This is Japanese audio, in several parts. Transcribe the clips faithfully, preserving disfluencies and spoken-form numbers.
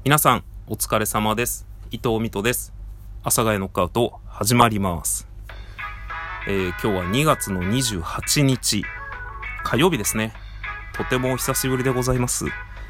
皆さんお疲れ様です。伊藤美斗です。阿佐ヶ谷ノックアウト始まります。えー、今日はにがつのにじゅうはちにち火曜日ですね。とてもお久しぶりでございます。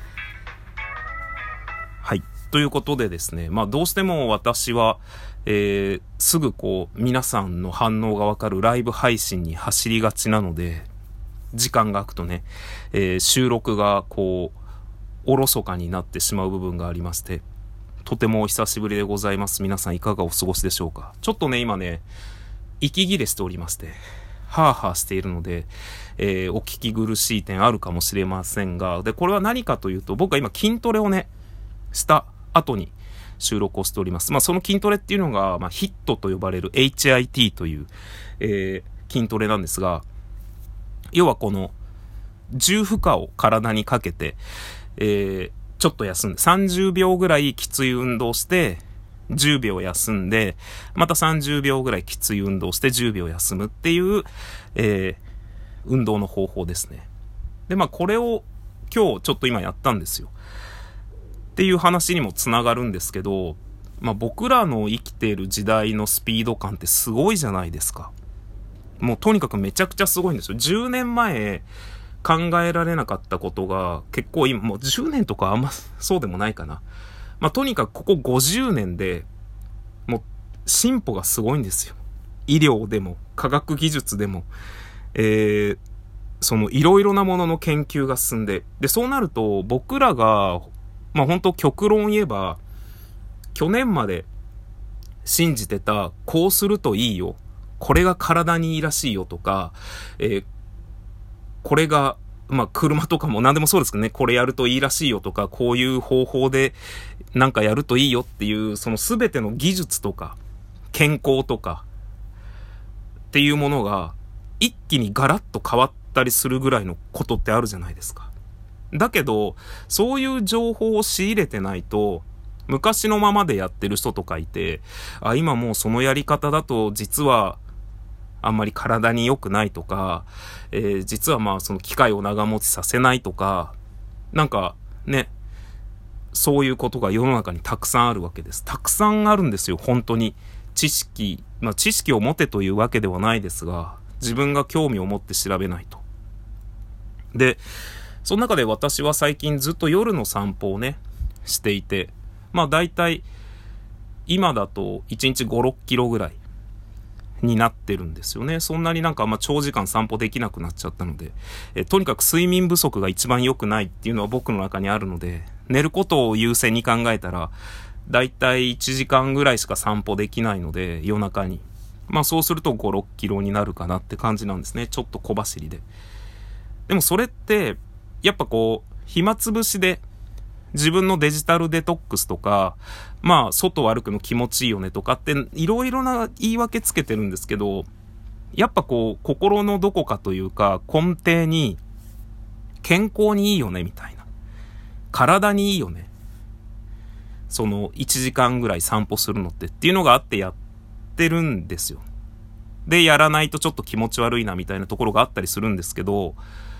はい、ということでですね、まあどうしても私は、えー、すぐこう皆さんの反応がわかるライブ配信に走りがちなので、時間が空くとね、えー、収録がこうおろそかになってしまう部分がありまして、とてもお久しぶりでございます。皆さんいかがお過ごしでしょうか。ちょっとね今ね息切れしておりまして、ハーハーしているので、えー、お聞き苦しい点あるかもしれませんが、でこれは何かというと、僕は今筋トレをねした後に収録をしております。まあその筋トレっていうのが、まあ、ヒットと呼ばれる エイチアイティー という、えー、筋トレなんですが、要はこの重負荷を体にかけて、えー、ちょっと休んでさんじゅうびょうぐらいきつい運動してじゅうびょう休んで、またさんじゅうびょうぐらいきつい運動してじゅうびょう休むっていう、えー、運動の方法ですね。でまあこれを今日ちょっと今やったんですよっていう話にもつながるんですけど、まあ僕らの生きている時代のスピード感ってすごいじゃないですか。もうとにかくめちゃくちゃすごいんですよ。じゅうねんまえ考えられなかったことが結構今もうじゅうねんとかあんまそうでもないかな。まあとにかくここごじゅうねんでもう進歩がすごいんですよ。医療でも科学技術でも、えー、そのいろいろなものの研究が進んで、でそうなると僕らがまあ本当極論言えば去年まで信じてたこうするといいよ、これが体にいいらしいよとか、えーこれが、まあ車とかも何でもそうですけどね、これやるといいらしいよとか、こういう方法でなんかやるといいよっていう、その全ての技術とか、健康とか、っていうものが一気にガラッと変わったりするぐらいのことってあるじゃないですか。だけど、そういう情報を仕入れてないと、昔のままでやってる人とかいて、あ、今もうそのやり方だと実は、あんまり体に良くないとか、えー、実はまあその機械を長持ちさせないとか、なんかね、そういうことが世の中にたくさんあるわけです。たくさんあるんですよ、本当に。知識、まあ知識を持てというわけではないですが、自分が興味を持って調べないと。で、その中で私は最近ずっと夜の散歩をね、していて、まあ大体、今だといちにちご、ろっキロぐらいになってるんですよね。そんなになんかあんま長時間散歩できなくなっちゃったので、えとにかく睡眠不足が一番良くないっていうのは僕の中にあるので、寝ることを優先に考えたらだいたいいちじかんぐらいしか散歩できないので、夜中にまあそうするとご、ろっキロになるかなって感じなんですね。ちょっと小走りで。でもそれってやっぱこう暇つぶしで自分のデジタルデトックスとか、まあ外を歩くの気持ちいいよねとかっていろいろな言い訳つけてるんですけど、やっぱこう心のどこかというか根底に健康にいいよねみたいな、体にいいよね、そのいちじかんぐらい散歩するのってっていうのがあってやってるんですよ。でやらないとちょっと気持ち悪いなみたいなところがあったりするんですけど、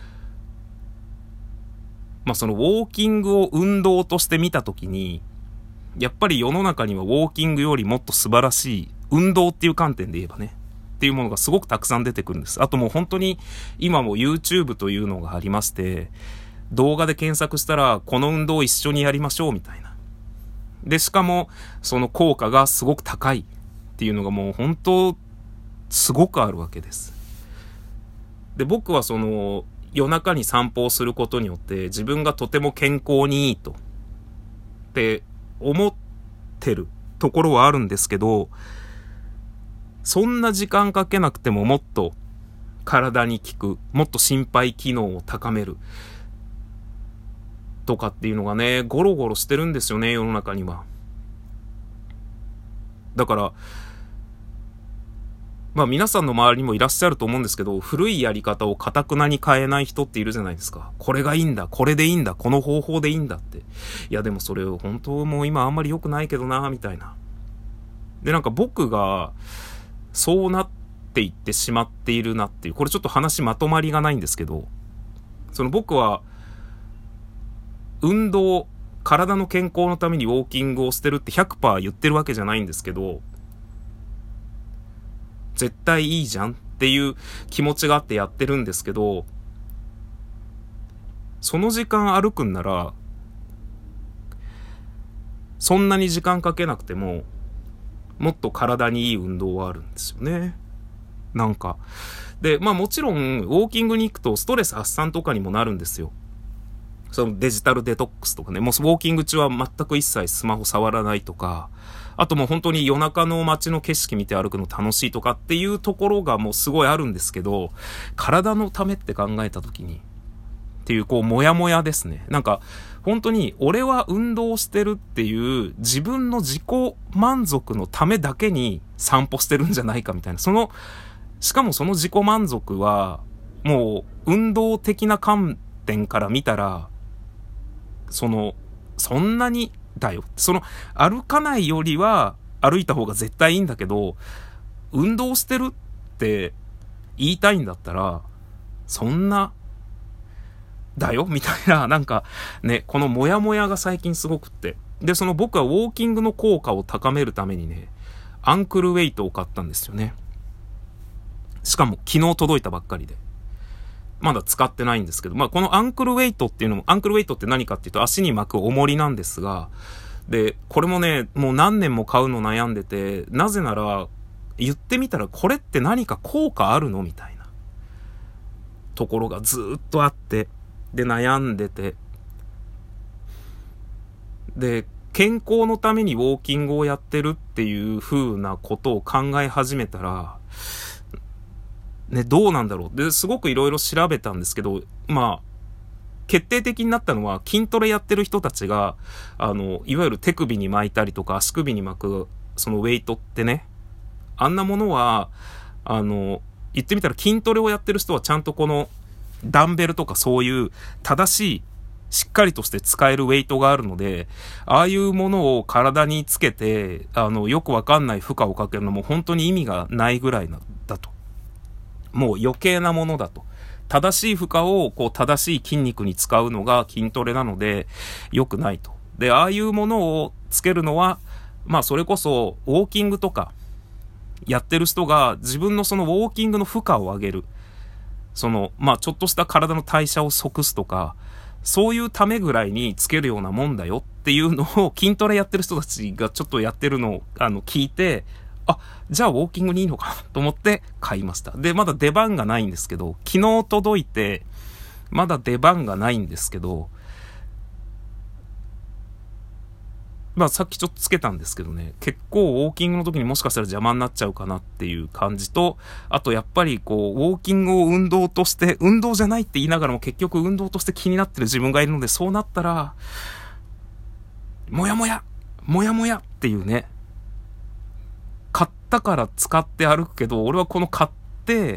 まあそのウォーキングを運動として見たときに、やっぱり世の中にはウォーキングよりもっと素晴らしい運動っていう観点で言えばね、っていうものがすごくたくさん出てくるんです。あともう本当に今も YouTube というのがありまして、動画で検索したらこの運動を一緒にやりましょうみたいな。で、しかもその効果がすごく高いっていうのがもう本当すごくあるわけです。で、僕はその夜中に散歩をすることによって自分がとても健康にいいとって思ってるところはあるんですけど、そんな時間かけなくてももっと体に効く、もっと心肺機能を高めるとかっていうのがね、ゴロゴロしてるんですよね、世の中には。だからまあ皆さんの周りにもいらっしゃると思うんですけど、古いやり方を堅くなに変えない人っているじゃないですか。これがいいんだ、これでいいんだ、この方法でいいんだって。いやでもそれ本当もう今あんまり良くないけどなみたいな。でなんか僕がそうなっていってしまっているなっていう、これちょっと話まとまりがないんですけど、その僕は運動体の健康のためにウォーキングをしてるって ひゃくパーセント 言ってるわけじゃないんですけど、絶対いいじゃんっていう気持ちがあってやってるんですけど、その時間歩くんなら、そんなに時間かけなくても、もっと体にいい運動はあるんですよね。なんか。で、まあもちろん、ウォーキングに行くとストレス発散とかにもなるんですよ。そのデジタルデトックスとかね、もうウォーキング中は全く一切スマホ触らないとか、あともう本当に夜中の街の景色見て歩くの楽しいとかっていうところがもうすごいあるんですけど、体のためって考えたときに、っていうこうモヤモヤですね。なんか本当に俺は運動してるっていう自分の自己満足のためだけに散歩してるんじゃないかみたいな。その、しかもその自己満足はもう運動的な観点から見たら、その、そんなにだよ。その、歩かないよりは歩いた方が絶対いいんだけど、運動してるって言いたいんだったら、そんな、だよみたいな、なんかね、このモヤモヤが最近すごくって。で、その僕はウォーキングの効果を高めるためにね、アンクルウェイトを買ったんですよね。しかも昨日届いたばっかりで。まだ使ってないんですけど、まあこのアンクルウェイトっていうのも、アンクルウェイトって何かっていうと足に巻く重りなんですが、で、これもね、もう何年も買うの悩んでて、なぜなら、言ってみたらこれって何か効果あるのみたいなところがずーっとあって、で悩んでて、で、健康のためにウォーキングをやってるっていう風なことを考え始めたら、ね、どうなんだろう。で、すごくいろいろ調べたんですけど、まあ、決定的になったのは、筋トレやってる人たちが、あの、いわゆる手首に巻いたりとか、足首に巻く、そのウェイトってね、あんなものは、あの、言ってみたら筋トレをやってる人はちゃんとこの、ダンベルとかそういう正しい、しっかりとして使えるウェイトがあるので、ああいうものを体につけて、あの、よくわかんない負荷をかけるのも本当に意味がないぐらいな、だと。もう余計なものだと。正しい負荷をこう正しい筋肉に使うのが筋トレなので良くないと。で、ああいうものをつけるのは、まあそれこそウォーキングとかやってる人が自分のそのウォーキングの負荷を上げる。その、まあちょっとした体の代謝を即すとか、そういうためぐらいにつけるようなもんだよっていうのを筋トレやってる人たちがちょっとやってるのをあの聞いて、あ、じゃあウォーキングにいいのかなと思って買いました。で、まだ出番がないんですけど、昨日届いて、まだ出番がないんですけど、まあさっきちょっとつけたんですけどね、結構ウォーキングの時にもしかしたら邪魔になっちゃうかなっていう感じと、あとやっぱりこう、ウォーキングを運動として、運動じゃないって言いながらも結局運動として気になってる自分がいるので、そうなったら、もやもや、もやもやっていうね、買ったから使って歩くけど、俺はこの買って、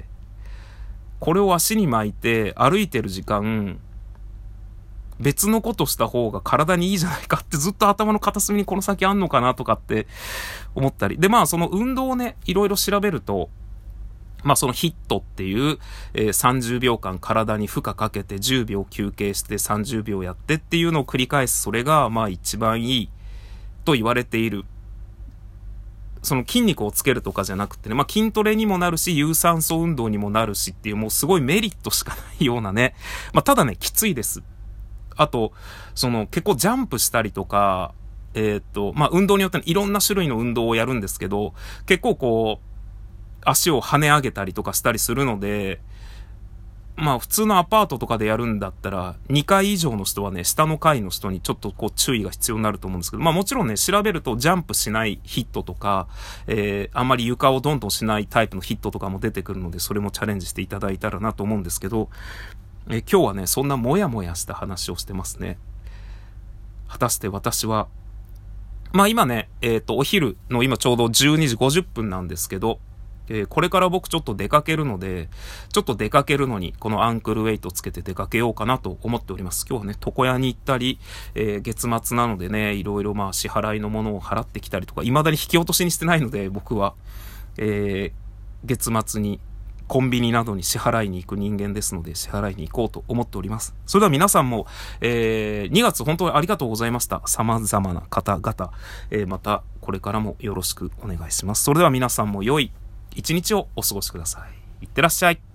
これを足に巻いて歩いてる時間、別のことした方が体にいいじゃないかってずっと頭の片隅にこの先あんのかなとかって思ったり。で、まあその運動をね、いろいろ調べると、まあそのヒットっていう、えー、さんじゅうびょうかん体に負荷かけてじゅうびょう休憩してさんじゅうびょうやってっていうのを繰り返す。それがまあ一番いいと言われている。その筋肉をつけるとかじゃなくてね、まあ筋トレにもなるし、有酸素運動にもなるしっていう、もうすごいメリットしかないようなね。まあただね、きついです。あと、その結構ジャンプしたりとか、えーっと、まあ運動によっていろんな種類の運動をやるんですけど、結構こう、足を跳ね上げたりとかしたりするので、まあ普通のアパートとかでやるんだったらにかい以上の人はね、下の階の人にちょっとこう注意が必要になると思うんですけど、まあもちろんね、調べるとジャンプしないヒットとか、えー、あんまり床をどんどんしないタイプのヒットとかも出てくるので、それもチャレンジしていただいたらなと思うんですけど、えー、今日はね、そんなモヤモヤした話をしてますね。果たして私は、まあ今ね、えっと、お昼の今ちょうどじゅうにじごじゅっぷんなんですけど、えー、これから僕ちょっと出かけるので、ちょっと出かけるのにこのアンクルウェイトつけて出かけようかなと思っております。今日はね、床屋に行ったり、えー、月末なのでね、いろいろまあ支払いのものを払ってきたりとか、未だに引き落としにしてないので僕は、えー、月末にコンビニなどに支払いに行く人間ですので、支払いに行こうと思っております。それでは皆さんも、えー、にがつ本当にありがとうございました。様々な方々、えー、またこれからもよろしくお願いします。それでは皆さんも良い一日をお過ごしください。いってらっしゃい。